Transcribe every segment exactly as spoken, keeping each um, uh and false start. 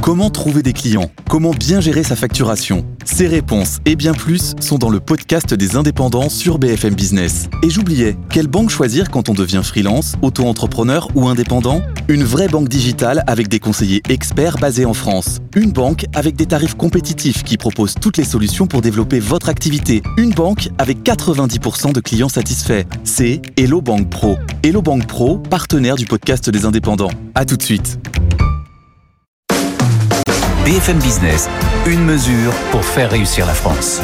Comment trouver des clients ? Comment bien gérer sa facturation ? Ces réponses et bien plus sont dans le podcast des indépendants sur B F M Business. Et j'oubliais, quelle banque choisir quand on devient freelance, auto-entrepreneur ou indépendant ? Une vraie banque digitale avec des conseillers experts basés en France. Une banque avec des tarifs compétitifs qui propose toutes les solutions pour développer votre activité. Une banque avec quatre-vingt-dix pour cent de clients satisfaits. C'est Hello Bank Pro. Hello Bank Pro, partenaire du podcast des indépendants. À tout de suite. B F M Business, une mesure pour faire réussir la France.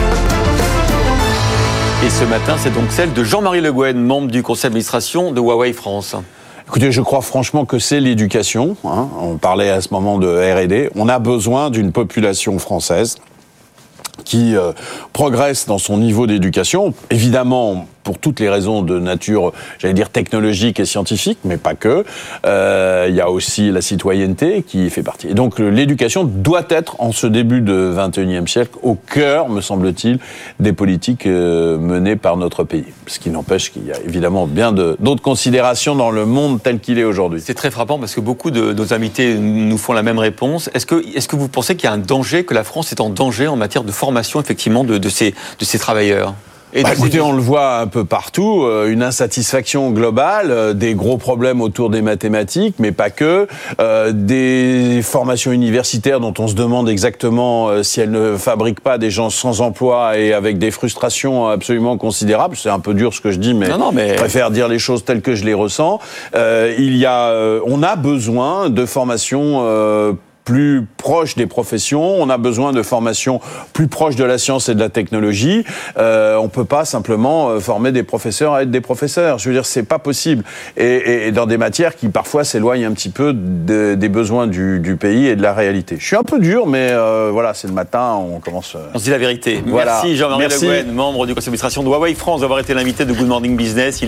Et ce matin, c'est donc celle de Jean-Marie Le Guen, membre du conseil d'administration de Huawei France. Écoutez, je crois franchement que c'est l'éducation. Hein. On parlait à ce moment de R et D. On a besoin d'une population française qui euh, progresse dans son niveau d'éducation. Évidemment, pour toutes les raisons de nature, j'allais dire technologique et scientifique, mais pas que. Euh, il y a aussi la citoyenneté qui fait partie. Et donc l'éducation doit être, en ce début de vingt et unième siècle, au cœur, me semble-t-il, des politiques euh, menées par notre pays. Ce qui n'empêche qu'il y a évidemment bien de, d'autres considérations dans le monde tel qu'il est aujourd'hui. C'est très frappant parce que beaucoup de nos invités nous font la même réponse. Est-ce que, est-ce que vous pensez qu'il y a un danger, que la France est en danger en matière de formation effectivement de, de, ces, de ces travailleurs ? Et bah, écoutez, on le voit un peu partout, euh, une insatisfaction globale, euh, des gros problèmes autour des mathématiques, mais pas que, euh, des formations universitaires dont on se demande exactement euh, si elles ne fabriquent pas des gens sans emploi et avec des frustrations absolument considérables. C'est un peu dur ce que je dis, mais, non, non, mais... je préfère dire les choses telles que je les ressens. Euh, il y a, euh, on a besoin de formations euh, plus proche des professions, on a besoin de formations plus proches de la science et de la technologie. Euh, on peut pas simplement former des professeurs à être des professeurs. Je veux dire, c'est pas possible. Et, et, et dans des matières qui parfois s'éloignent un petit peu de, des besoins du, du pays et de la réalité. Je suis un peu dur, mais euh, voilà, c'est le matin, on commence. Euh... On se dit la vérité. Voilà. Merci Jean-Marie Merci. Le Guen, membre du conseil d'administration de Huawei France, d'avoir été l'invité de Good Morning Business. Il